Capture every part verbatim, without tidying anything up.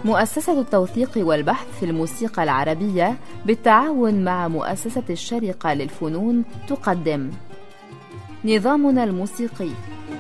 مؤسسة التوثيق والبحث في الموسيقى العربية بالتعاون مع مؤسسة الشارقة للفنون تقدم نظامنا الموسيقي.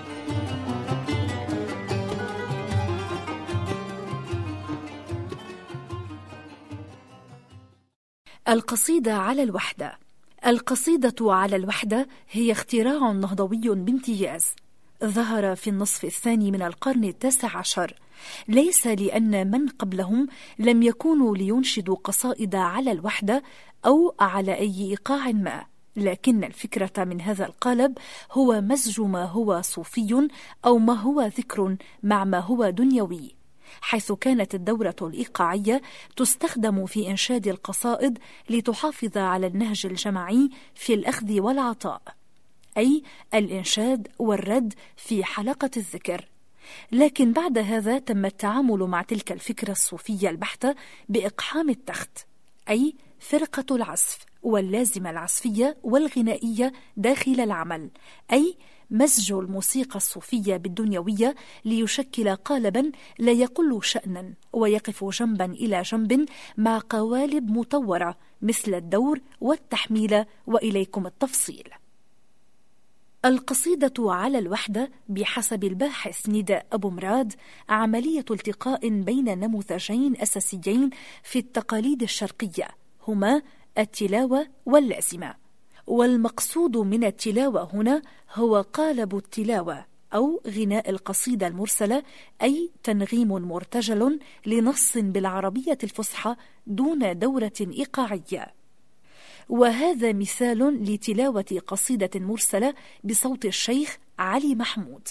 القصيدة على الوحدة. القصيدة على الوحدة هي اختراع نهضوي بامتياز ظهر في النصف الثاني من القرن التاسع عشر، ليس لأن من قبلهم لم يكونوا لينشدوا قصائد على الوحدة أو على أي إيقاع ما، لكن الفكرة من هذا القالب هو مزج ما هو صوفي أو ما هو ذكر مع ما هو دنيوي، حيث كانت الدورة الإيقاعية تستخدم في إنشاد القصائد لتحافظ على النهج الجماعي في الأخذ والعطاء، أي الإنشاد والرد في حلقة الذكر. لكن بعد هذا تم التعامل مع تلك الفكرة الصوفية البحتة بإقحام التخت، أي فرقة العزف واللازمة العزفية والغنائية داخل العمل، أي مزج الموسيقى الصوفية بالدنيوية ليشكل قالبا لا يقل شأنا ويقف جنبا إلى جنب مع قوالب مطورة مثل الدور والتحميل وإليكم التفصيل. القصيدة على الوحدة بحسب الباحث نداء أبو مراد عملية التقاء بين نموذجين أساسيين في التقاليد الشرقية هما التلاوة واللازمة، والمقصود من التلاوة هنا هو قالب التلاوة أو غناء القصيدة المرسلة، أي تنغيم مرتجل لنص بالعربية الفصحى دون دورة إيقاعية. وهذا مثال لتلاوة قصيدة مرسلة بصوت الشيخ علي محمود.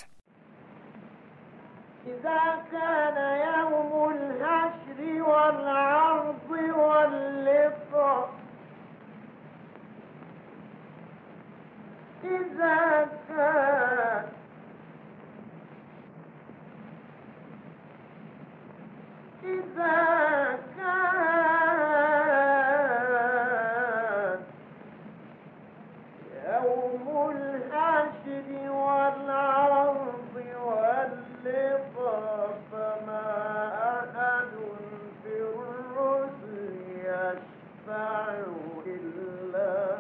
إذا كان يوم الحشر والعرض واللقاء، إذا كان إذا كان يوم الحشر والعرض واللقاء، فما أحد في الرسل يشفع إلا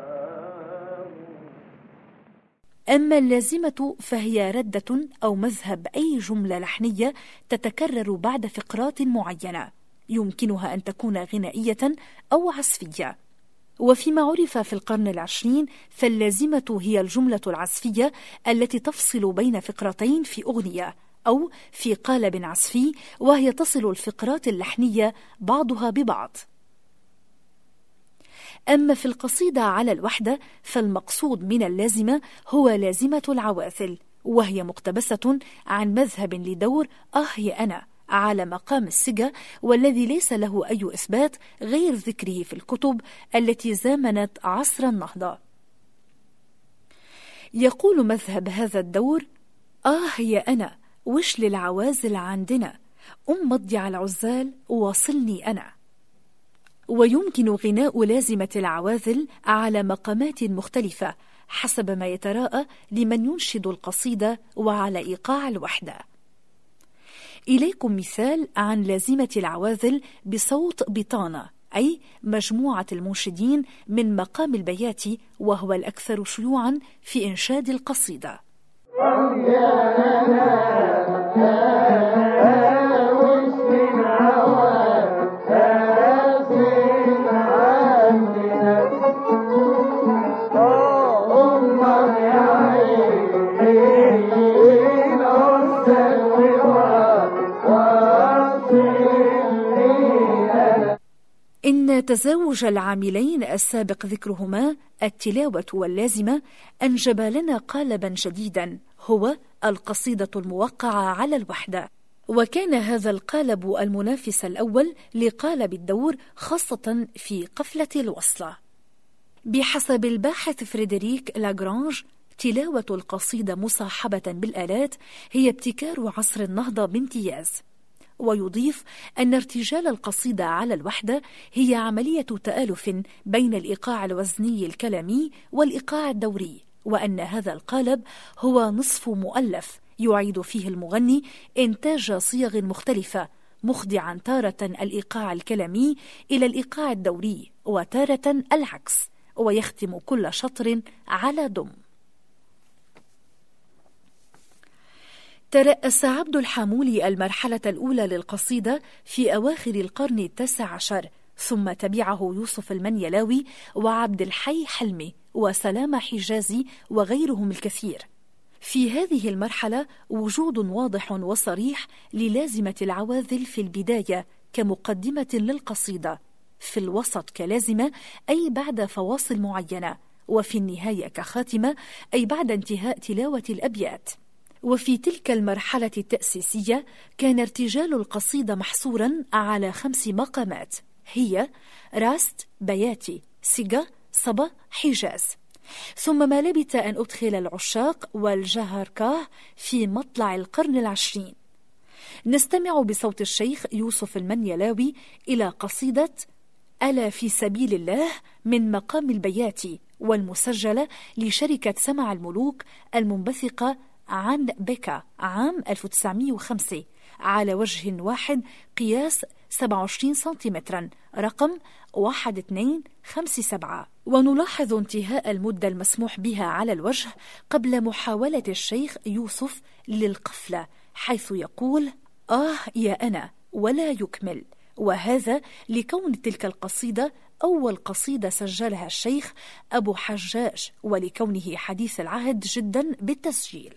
أما اللازمة فهي ردة أو مذهب أي جملة لحنية تتكرر بعد فقرات معينة، يمكنها أن تكون غنائية أو عزفية. وفيما عرف في القرن العشرين فاللازمة هي الجملة العزفية التي تفصل بين فقرتين في أغنية أو في قالب عزفي، وهي تصل الفقرات اللحنية بعضها ببعض. أما في القصيدة على الوحدة فالمقصود من اللازمة هو لازمة العواثل، وهي مقتبسة عن مذهب لدور أهي أنا على مقام السجا، والذي ليس له أي إثبات غير ذكره في الكتب التي زامنت عصر النهضة. يقول مذهب هذا الدور: آه يا أنا وش للعوازل عندنا، أم مضيع العزال وصلني أنا. ويمكن غناء لازمة العواذل على مقامات مختلفة حسب ما يتراءى لمن ينشد القصيدة وعلى إيقاع الوحدة. إليكم مثال عن لازمة العواذل بصوت بطانة، أي مجموعة المنشدين من مقام البياتي، وهو الأكثر شيوعا في إنشاد القصيدة. إن تزاوج العاملين السابق ذكرهما التلاوة واللازمة أنجب لنا قالبا جديدا هو القصيدة الموقعة على الوحدة، وكان هذا القالب المنافس الأول لقالب الدور خاصة في قفلة الوصلة. بحسب الباحث فريدريك لاغرانج تلاوة القصيدة مصاحبة بالآلات هي ابتكار عصر النهضة بامتياز. ويضيف أن ارتجال القصيدة على الوحدة هي عملية تآلف بين الإيقاع الوزني الكلامي والإيقاع الدوري، وأن هذا القالب هو نصف مؤلف يعيد فيه المغني إنتاج صيغ مختلفة مخضعا تارة الإيقاع الكلامي إلى الإيقاع الدوري وتارة العكس، ويختم كل شطر على دم. ترأس عبد الحمولي المرحلة الأولى للقصيدة في أواخر القرن التاسع عشر، ثم تبعه يوسف المنيلاوي وعبد الحي حلمي وسلام حجازي وغيرهم الكثير. في هذه المرحلة وجود واضح وصريح للازمة العواذل في البداية كمقدمة للقصيدة، في الوسط كلازمة أي بعد فواصل معينة، وفي النهاية كخاتمة أي بعد انتهاء تلاوة الأبيات. وفي تلك المرحلة التأسيسية كان ارتجال القصيدة محصورا على خمس مقامات، هي راست، بياتي، سجا، صبا، حجاز. ثم ما لبث أن أدخل العشاق والجهركاه في مطلع القرن العشرين. نستمع بصوت الشيخ يوسف المنيلاوي إلى قصيدة ألا في سبيل الله من مقام البياتي، والمسجلة لشركة سمع الملوك المنبثقة عن بكا عام ألف وتسعمائة وخمسة، على وجه واحد قياس سبعة وعشرين سنتيمترا، رقم واحد اثنين خمسة سبعة. ونلاحظ انتهاء المدة المسموح بها على الوجه قبل محاولة الشيخ يوسف للقفلة، حيث يقول آه يا أنا ولا يكمل، وهذا لكون تلك القصيدة أول قصيدة سجلها الشيخ أبو حجاج، ولكونه حديث العهد جدا بالتسجيل.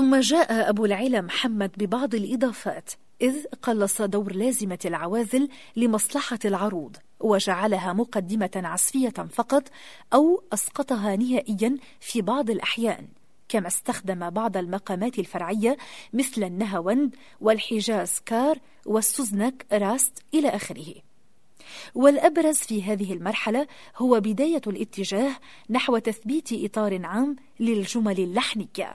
ثم جاء أبو العلا محمد ببعض الإضافات، إذ قلص دور لازمة العوازل لمصلحة العروض وجعلها مقدمة عزفية فقط أو أسقطها نهائيا في بعض الأحيان، كما استخدم بعض المقامات الفرعية مثل النهاوند والحجاز كار والسوزنك راست إلى آخره. والأبرز في هذه المرحلة هو بداية الاتجاه نحو تثبيت إطار عام للجمل اللحنية.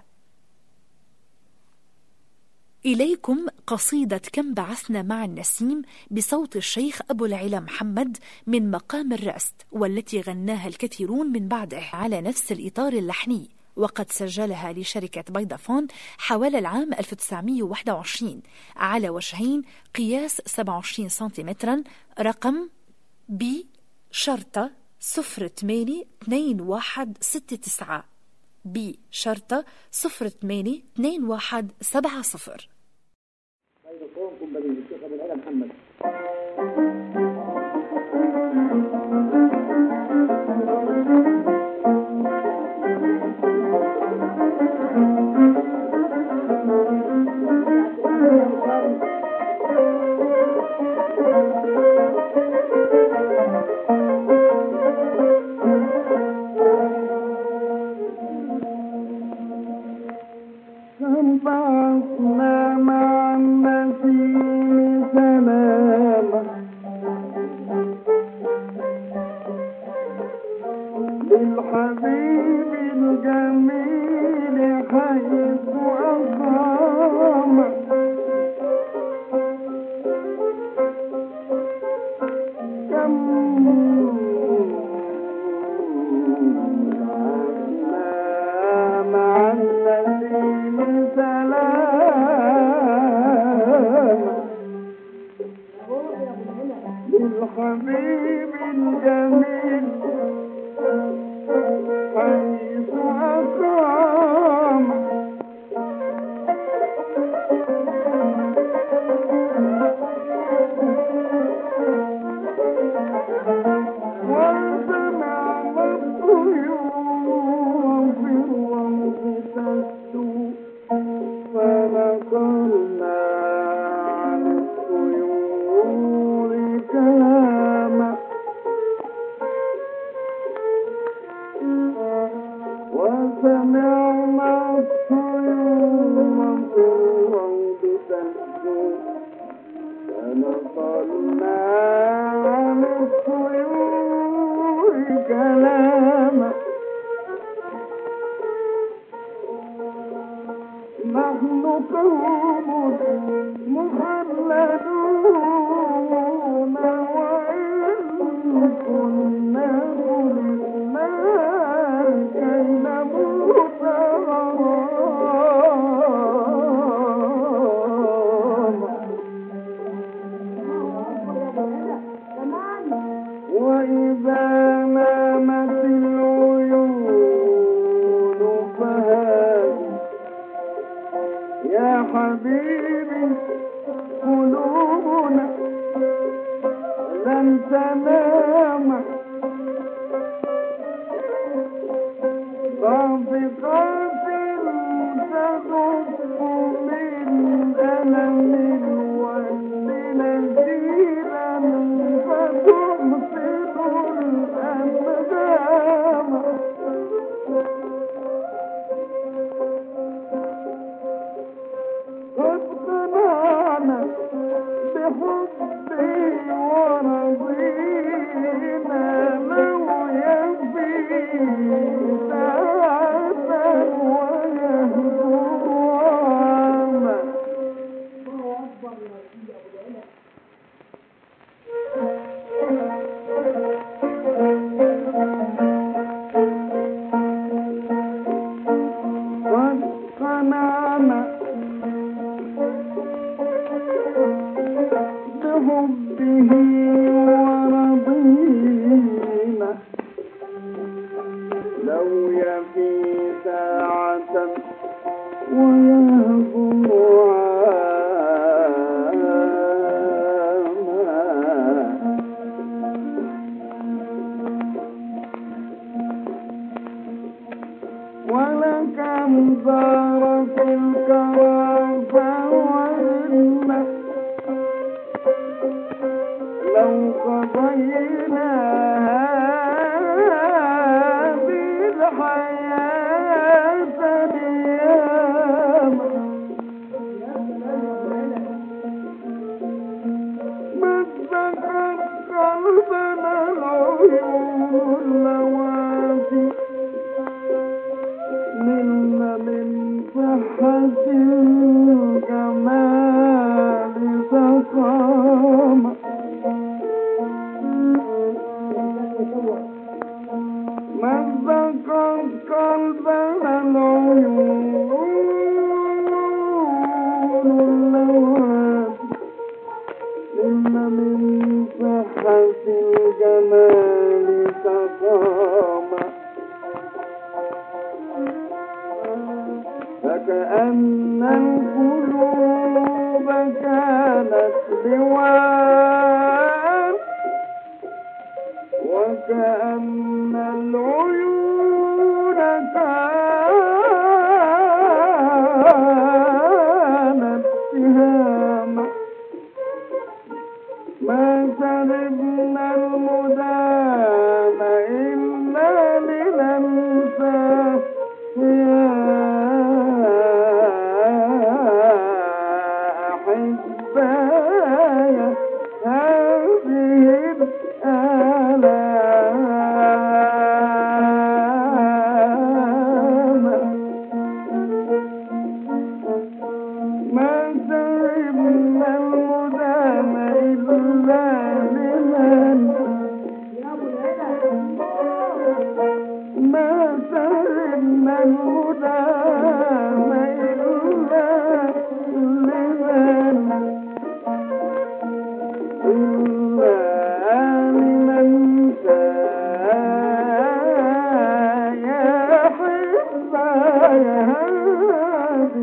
إليكم قصيدة كم بعثنا مع النسيم بصوت الشيخ أبو العلا محمد من مقام الراست، والتي غناها الكثيرون من بعده على نفس الإطار اللحني، وقد سجلها لشركة فودافون حوالي العام ألف وتسعمائة وواحد وعشرين على وجهين قياس سبعة وعشرين سنتيمترا، رقم بي شرطة صفر ثمانية اثنين واحد ستة تسعة بي شرطة صفر ثمانية اثنين واحد سبعة صفر. ولكم دارت الكرافة والنة لو قضيناها بالحياة اليوم مزقت قلبنا العيون اللواتي منا من صحة الجمال سقامة مزقت قلبنا العيون اللواتي منا من صحة الجمال سقامة فكأن القلوب كانت لواء وكأن العيون كانت سهاما ما شربنا المدام إلا لننساه يا أحباي هذه الآلام ما شربنا المدام إلا لمن ما شربنا المدام إلا لمن إلا لمن شاء يا أحباي هذه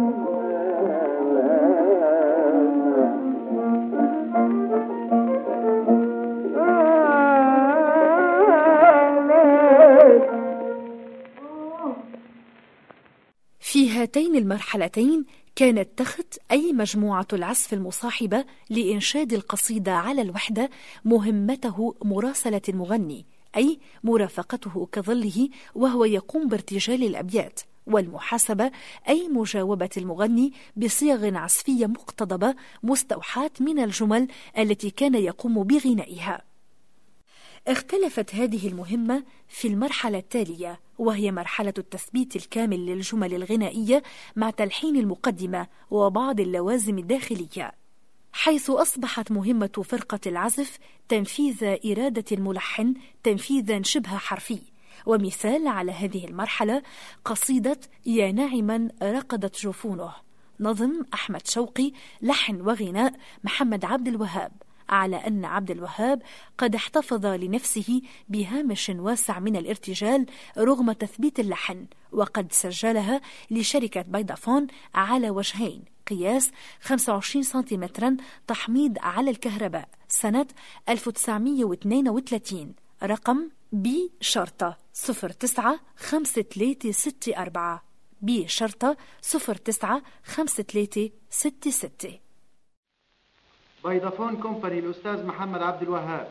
في هاتين المرحلتين كانت تخت أي مجموعة العزف المصاحبة لإنشاد القصيدة على الوحدة مهمته مراسلة المغني، أي مرافقته كظله وهو يقوم بارتجال الأبيات، والمحاسبة أي مجاوبة المغني بصيغ عزفية مقتضبة مستوحاة من الجمل التي كان يقوم بغنائها. اختلفت هذه المهمة في المرحلة التالية، وهي مرحلة التثبيت الكامل للجمل الغنائية مع تلحين المقدمة وبعض اللوازم الداخلية، حيث أصبحت مهمة فرقة العزف تنفيذ إرادة الملحن تنفيذا شبه حرفي. ومثال على هذه المرحلة قصيدة يا ناعما رقدت جفونه، نظم أحمد شوقي، لحن وغناء محمد عبد الوهاب، على أن عبد الوهاب قد احتفظ لنفسه بهامش واسع من الارتجال رغم تثبيت اللحن، وقد سجلها لشركة فودافون على وجهين، قياس خمسة وعشرين سنتيمترا، تحميض على الكهرباء، سنة ألف وتسعمائة واثنين وثلاثين، رقم بي شرطة صفر تسعة خمسة ثلاثة ستة أربعة، بي شرطة صفر تسعة خمسة ثلاثة ستة ستة. فودافون كومباني الأستاذ محمد عبد الوهاب.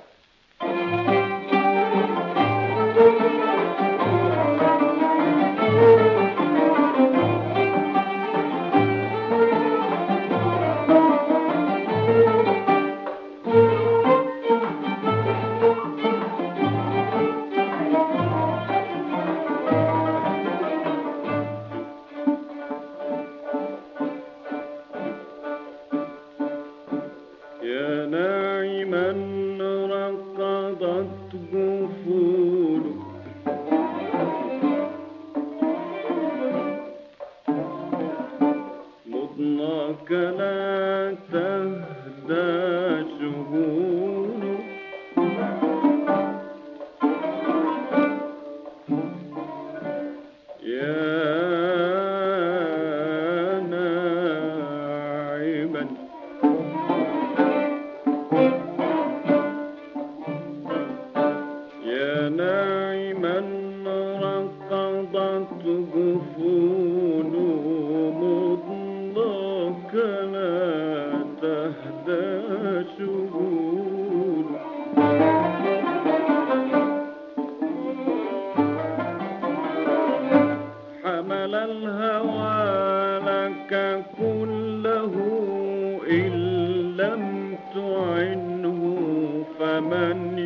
ناعما رقضته الهوى لك كله إن لم تعنه فمن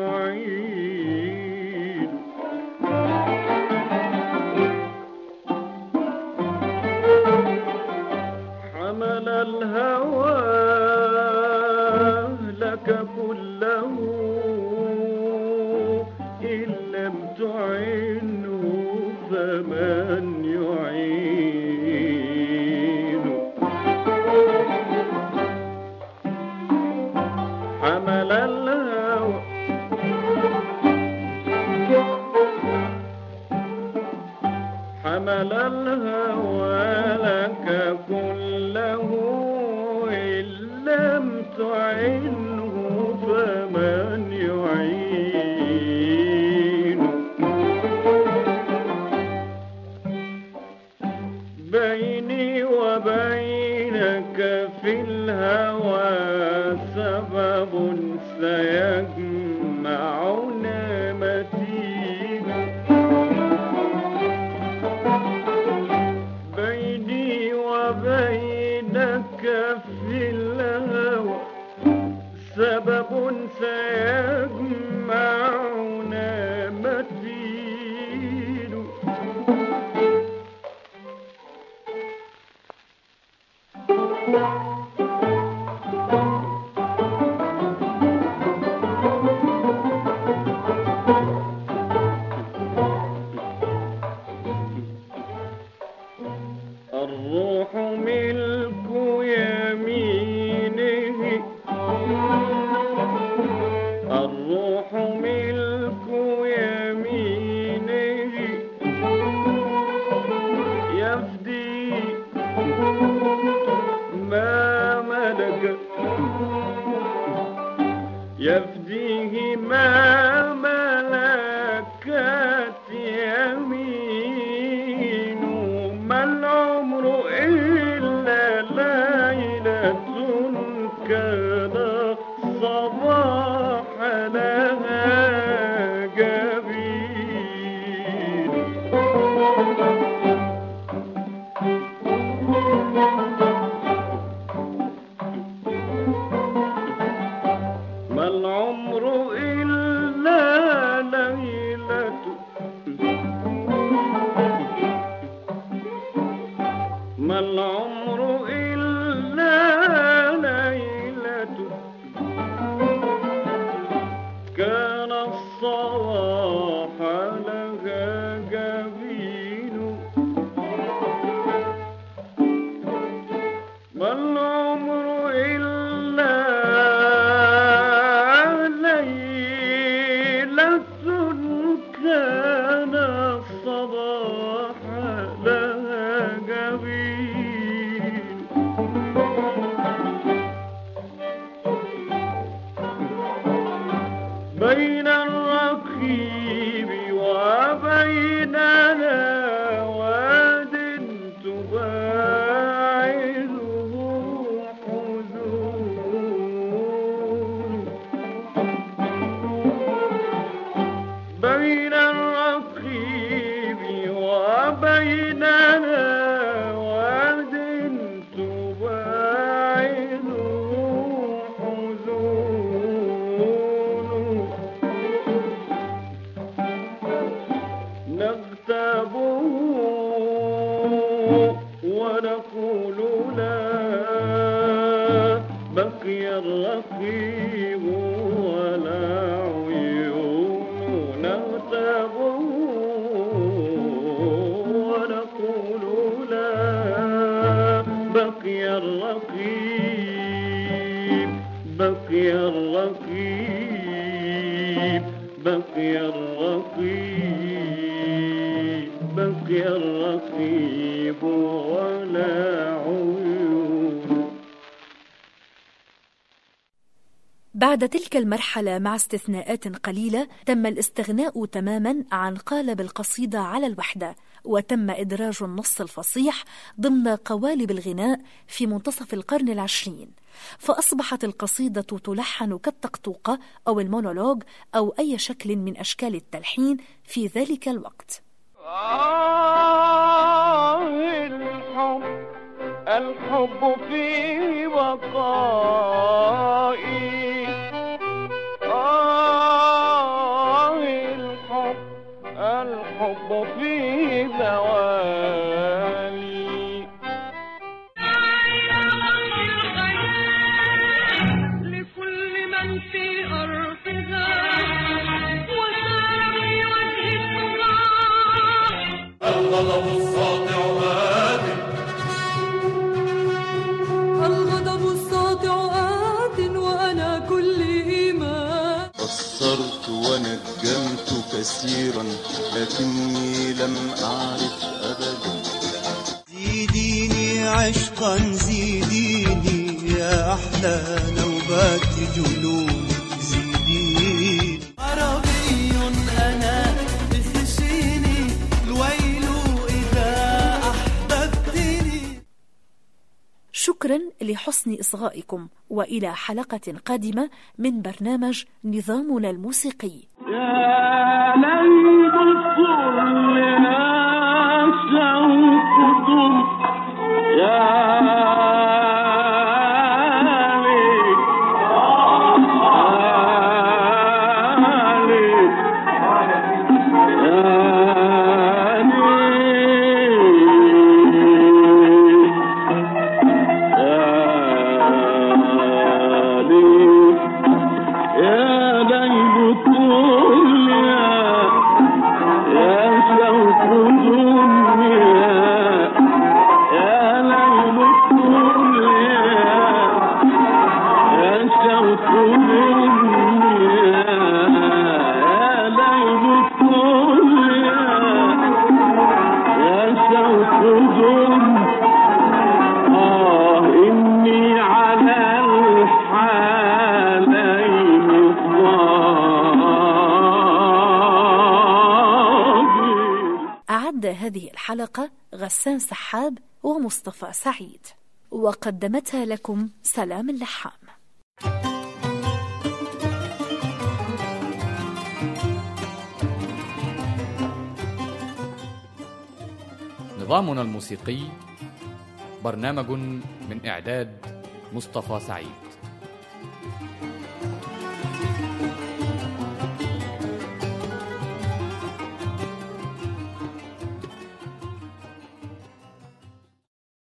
يعين. حمل الهوى لك كله إن لم تعنه فمن يعين. حمل الهوى حمل الهوى لك كله إن لم تعنه فمن يعين. بيني وبينك في الهوى سبب سيجمعنا متين. بيني وبينك في الهوى سبب سيجمعنا متين. الروح ملك يمينه الروح ملك يمينه يفدي ما ملك يفديه ما ملكت يمين. ما العمر إلا ليلة كان الصباح لها جبين. ما العمر إلا ليلة ما العمر إلا ليلة كان الصباح لها جبين. ما العمر إلا ليلة كان الصباح لها جبين. بين الرقيب وبيننا واد تباعده حزون. بين الرقيب وبيننا واد تباعده حزون. نغتابه ونقول لا بقي الرقيب ولا عيون. نغتابه ونقول لا بقي الرقيب بقي الرقيب بقي الرقيب بقي الرقيب ولا عيون. بعد تلك المرحلة مع استثناءات قليلة تم الاستغناء تماما عن قالب القصيدة على الوحدة، وتم إدراج النص الفصيح ضمن قوالب الغناء في منتصف القرن العشرين، فأصبحت القصيدة تلحن كالطقطوقة أو المونولوج أو أي شكل من أشكال التلحين في ذلك الوقت. آه الحب في بقائي، آه الحب الحب في زوالي. لكل من في أرضها وسار في وجه الله الغضب الساطع آت، الغضب الساطع آت وأنا كل إيمان. قصرت ونجمت كثيرا لكني لم أعرف أبدا. زيديني عشقا زيديني يا أحلى نوبات جنون زيديني. عربي أنا بخشيني الويل إذا أحببتني. شكرا لحسن إصغائكم، وإلى حلقة قادمة من برنامج نظامنا الموسيقي. يا ليل الظل يا شوقكم يا أعد هذه الحلقة غسان سحاب ومصطفى سعيد، وقدمتها لكم سلام اللحام. نظامنا الموسيقي برنامج من إعداد مصطفى سعيد.